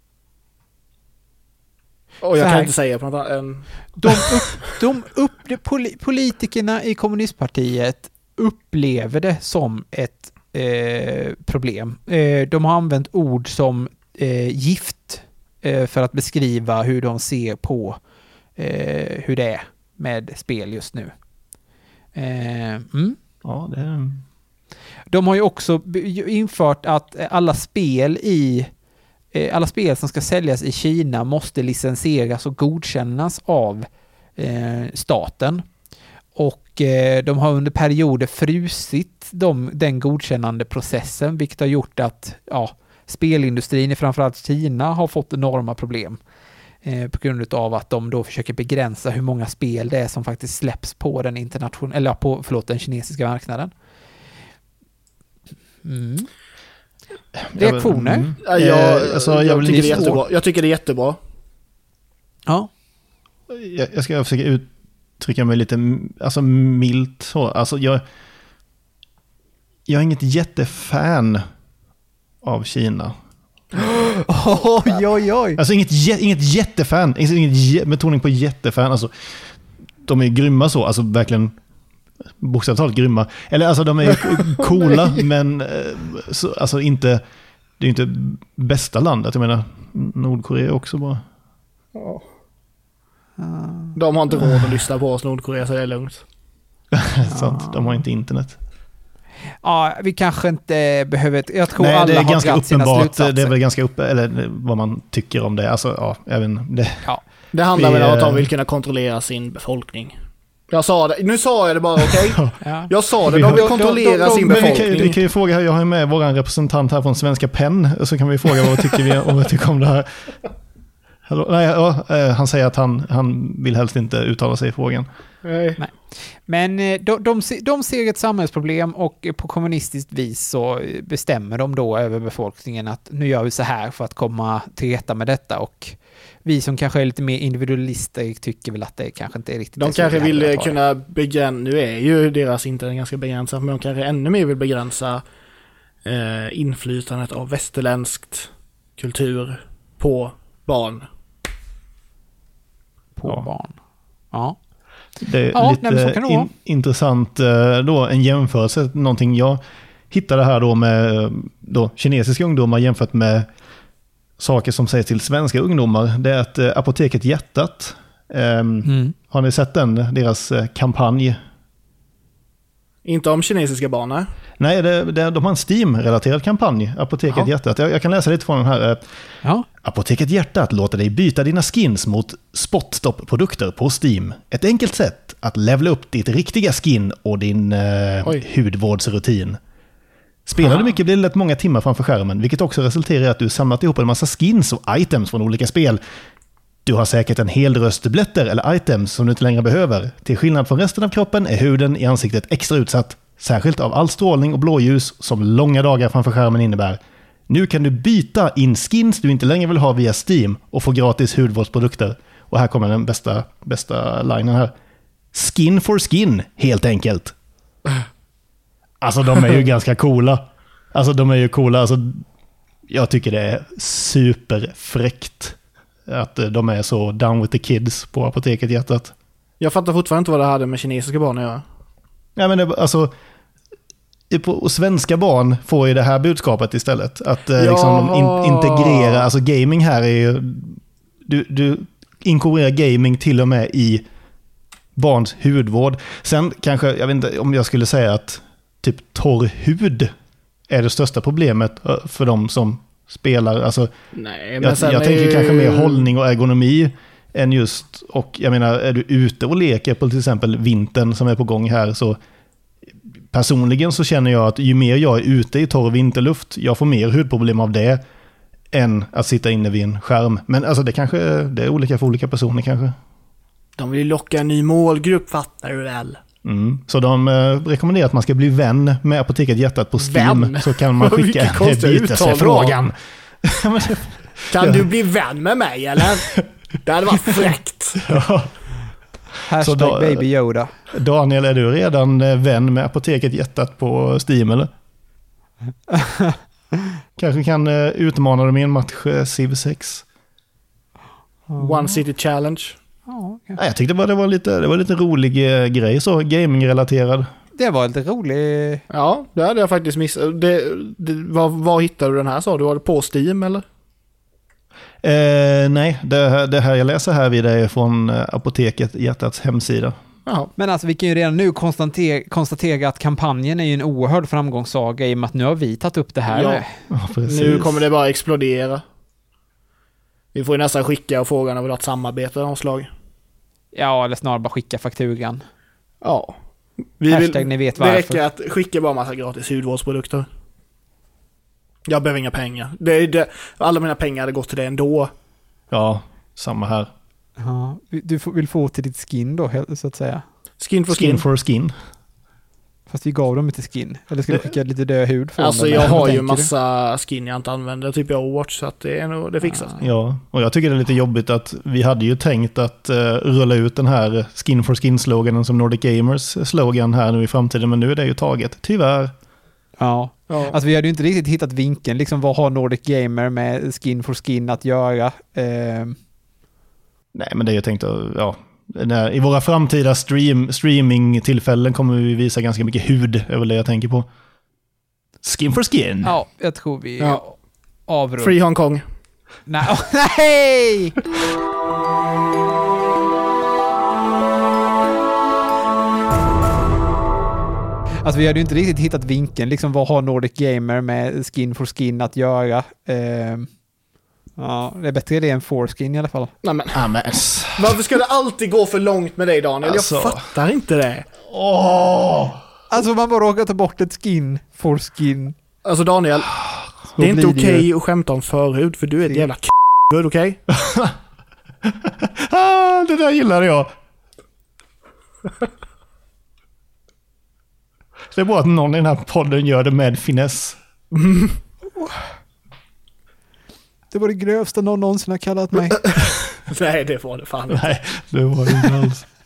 Speaker 3: Och jag kan inte säga på något annat än...
Speaker 1: De upp, de upp, de politikerna i kommunistpartiet upplever det som ett eh, problem. Eh, de har använt ord som eh, gift eh, för att beskriva hur de ser på eh, hur det är med spel just nu. Eh, mm.
Speaker 2: Ja, det är...
Speaker 1: De har ju också infört att alla spel i alla spel som ska säljas i Kina måste licensieras och godkännas av eh, staten. Och eh, de har under perioder frusit de, den godkännande processen, vilket har gjort att ja, spelindustrin i framförallt Kina har fått enorma problem eh, på grund av att de då försöker begränsa hur många spel det är som faktiskt släpps på den internation- eller på förlåt, den kinesiska marknaden. Mm. Reaktioner?
Speaker 2: Mm.
Speaker 3: Ja, jag,
Speaker 2: alltså,
Speaker 3: jag,
Speaker 2: jag,
Speaker 3: tycker det är
Speaker 2: svår.
Speaker 3: jättebra. jag tycker det är jättebra.
Speaker 1: Ja.
Speaker 2: Jag, jag ska försöka uttrycka mig lite alltså, milt. Så. Alltså, jag, jag är inget jättefan av Kina.
Speaker 1: Oj, oj, oj.
Speaker 2: Alltså inget, inget jättefan. Inget betoning på jättefan. Alltså, de är grymma så. Alltså verkligen bokstavligt talat grymma. Eller alltså de är coola men så, alltså inte det är inte bästa landet. Jag menar Nordkorea också bara.
Speaker 3: Ja. De har inte råd att lyssna på oss Nordkorea så det är lugnt.
Speaker 2: Sant, de har inte internet.
Speaker 1: Ja, vi kanske inte behöver... Jag tror
Speaker 2: Nej,
Speaker 1: alla
Speaker 2: det är
Speaker 1: har
Speaker 2: ganska
Speaker 1: dratt sina
Speaker 2: uppenbart.
Speaker 1: slutsatser.
Speaker 2: Det är väl ganska uppe, eller vad man tycker om det. Alltså, ja, även det.
Speaker 1: Ja.
Speaker 3: Det handlar
Speaker 2: Vi,
Speaker 3: väl om att de
Speaker 2: eh,
Speaker 3: vill kunna kontrollera sin befolkning. Jag sa det. Nu sa jag det bara, okej? Okay?
Speaker 1: Ja.
Speaker 3: Jag sa det.
Speaker 2: Vi
Speaker 3: De
Speaker 2: har-
Speaker 3: vill kontrollera
Speaker 1: de- de-
Speaker 3: sin
Speaker 2: Men vi
Speaker 3: befolkning.
Speaker 2: kan, vi kan ju fråga här, jag har ju med vår representant här från Svenska Penn, så kan vi fråga vad tycker vi om, vad tycker om det här. Hallå? Nej, ja, eh, han säger att han, han vill helst inte uttala sig i frågan.
Speaker 3: Nej.
Speaker 1: Men eh, de, de, se- de ser ett samhällsproblem och på kommunistiskt vis så bestämmer de då över befolkningen att nu gör vi så här för att komma till rätta med detta, och vi som kanske är lite mer individualister tycker väl att det kanske inte är riktigt...
Speaker 3: De
Speaker 1: det som
Speaker 3: kanske
Speaker 1: vi
Speaker 3: vill
Speaker 1: hade
Speaker 3: eh,
Speaker 1: att ha det.
Speaker 3: kunna begränsa, nu är ju deras internet ganska begränsat, men de kanske ännu mer vill begränsa eh, inflytandet av västerländskt kultur på barn.
Speaker 1: På
Speaker 2: Ja.
Speaker 1: barn. Ja.
Speaker 2: Det är
Speaker 1: Ja, nej, men så
Speaker 2: lite
Speaker 1: kan det vara.
Speaker 2: in, intressant eh, då, en jämförelse, någonting jag hittade här då med då, kinesiska ungdomar jämfört med saker som sägs till svenska ungdomar. Det är att eh, Apoteket Hjärtat, eh,
Speaker 1: Mm.
Speaker 2: har ni sett den, deras eh, kampanj?
Speaker 3: Inte om kinesiska barn, nej.
Speaker 2: Nej, det, det, de har en Steam-relaterad kampanj, Apoteket
Speaker 1: Jaha.
Speaker 2: Hjärtat. Jag, jag kan läsa lite från den här. eh,
Speaker 1: Ja.
Speaker 2: Apoteket Hjärtat låter dig byta dina skins mot Spotstop-produkter på Steam. Ett enkelt sätt att levla upp ditt riktiga skin och din eh,
Speaker 3: Oj.
Speaker 2: hudvårdsrutin. Spelar
Speaker 1: Aha.
Speaker 2: du mycket blir det lätt många timmar framför skärmen, vilket också resulterar i att du samlat ihop en massa skins och items från olika spel. Du har säkert en hel drös dubbletter eller items som du inte längre behöver. Till skillnad från resten av kroppen är huden i ansiktet extra utsatt, särskilt av all strålning och blåljus som långa dagar framför skärmen innebär. Nu kan du byta in skins du inte längre vill ha via Steam och få gratis hudvårdsprodukter. Och här kommer den bästa, bästa linen här. Skin for skin, helt enkelt. Alltså de är ju ganska coola. Alltså de är ju coola. Alltså, jag tycker det är superfräckt att de är så down with the kids på Apoteket Hjärtat.
Speaker 3: Jag fattar fortfarande inte vad det hade med kinesiska barn att göra.
Speaker 2: Ja, men det, alltså... Och svenska barn får ju det här budskapet istället. Att eh, liksom de in, integrera, alltså gaming här är ju, du, du inkorporerar gaming till och med i barns hudvård. Sen kanske, jag vet inte om jag skulle säga att typ torr hud är det största problemet för de som spelar. Alltså,
Speaker 3: Nej, men
Speaker 2: jag
Speaker 3: sen
Speaker 2: jag
Speaker 3: är
Speaker 2: tänker
Speaker 3: ju...
Speaker 2: kanske mer hållning och ergonomi än just, och jag menar, är du ute och leker på till exempel vintern som är på gång här, så personligen så känner jag att ju mer jag är ute i torr vinterluft, jag får mer hudproblem av det än att sitta inne vid en skärm. Men alltså det kanske det är olika för olika personer kanske.
Speaker 3: De vill locka en ny målgrupp, fattar du väl?
Speaker 2: Mm. Så de eh, rekommenderar att man ska bli vän med Apoteket Hjärtat på Steam.
Speaker 3: Vän?
Speaker 2: Så kan man skicka
Speaker 3: Vilken konstig
Speaker 2: bytesfrågan.
Speaker 3: Kan du bli vän med mig, eller? Det hade varit fräckt.
Speaker 2: Ja.
Speaker 1: Hashtag
Speaker 2: då,
Speaker 1: baby Yoda.
Speaker 2: Daniel, är du redan vän med Apoteket Hjärtat på Steam, eller? Kanske kan uh, utmana dem i en match uh, Civ sex.
Speaker 3: One City Challenge.
Speaker 1: Ja,
Speaker 2: Nej, jag tyckte bara det var lite, det var lite rolig uh, grej, så gaming-relaterad.
Speaker 1: det var lite roligt.
Speaker 3: Ja, det hade jag faktiskt missat. Det, det, var, var hittade du den här, sa du? Var det på Steam, eller?
Speaker 2: Eh, nej, det här, det här jag läser här vid är från Apoteket Hjärtats hemsida.
Speaker 3: Jaha.
Speaker 1: Men alltså vi kan ju redan nu konstatera, konstatera att kampanjen är ju en oerhörd framgångssaga i och med att nu har vi tagit upp det här.
Speaker 3: Ja.
Speaker 1: med.
Speaker 2: Ja, precis.
Speaker 3: Nu kommer det bara explodera. Vi får ju nästan skicka och frågan om vi har ett samarbete av något slag.
Speaker 1: Ja, eller snarare bara skicka fakturan.
Speaker 3: Ja. Vi
Speaker 1: Hashtag ni vet varför.
Speaker 3: Det räcker att skicka bara massa gratis hudvårdsprodukter. Jag behöver inga pengar. Det, det, alla mina pengar hade gått till det ändå.
Speaker 2: Ja, samma här.
Speaker 1: Ja, du vill få till ditt skin då, så att säga.
Speaker 3: Skin for skin.
Speaker 2: Skin for skin.
Speaker 1: Fast vi gav dem inte skin. Eller ska du skicka lite död hud för
Speaker 3: Alltså
Speaker 1: dem?
Speaker 3: jag har ju
Speaker 1: tänker
Speaker 3: massa skin jag inte använder, typ jag Overwatch, så att det, är nog, det fixas.
Speaker 1: Ah.
Speaker 2: Ja, och jag tycker det är lite jobbigt att vi hade ju tänkt att uh, rulla ut den här Skin for Skin-sloganen som Nordic Gamers slogan här nu i framtiden, men nu är det ju taget, tyvärr.
Speaker 1: Ja.
Speaker 3: Ja.
Speaker 1: Alltså vi hade ju inte riktigt hittat vinkeln. Liksom vad har Nordic Gamer med skin for skin att göra? Eh,
Speaker 2: Nej, men det är ju tänkt att, ja, när, i våra framtida stream, streaming-tillfällen kommer vi visa ganska mycket hud, är väl det jag tänker på. Skin for skin.
Speaker 1: ja, jag tror vi
Speaker 3: Ja.
Speaker 1: avrundar.
Speaker 3: Free Hong Kong.
Speaker 1: Nej, oh, nej! Alltså vi hade ju inte riktigt hittat vinkeln. Liksom vad har Nordic Gamer med skin for skin att göra? Eh, ja, det är bättre det än foreskin i alla fall.
Speaker 3: Nej, men,
Speaker 2: Ah, men.
Speaker 3: varför ska det alltid gå för långt med dig, Daniel?
Speaker 2: Alltså.
Speaker 3: Jag fattar inte det.
Speaker 2: Åh!
Speaker 1: Alltså man bara råkar ta bort ett skin for skin.
Speaker 3: Alltså Daniel,
Speaker 1: Så
Speaker 3: det är inte
Speaker 1: blir det
Speaker 3: okej
Speaker 1: ju-
Speaker 3: att skämta om förhud, för du är ett jävla k***, okej?
Speaker 2: Ah, det där gillade jag. Det är bra att någon i den här podden gör det med finess.
Speaker 1: Det var det grövsta någon någonsin har kallat mig.
Speaker 3: Nej, det var det fan inte.
Speaker 2: Nej, det var det inte alls.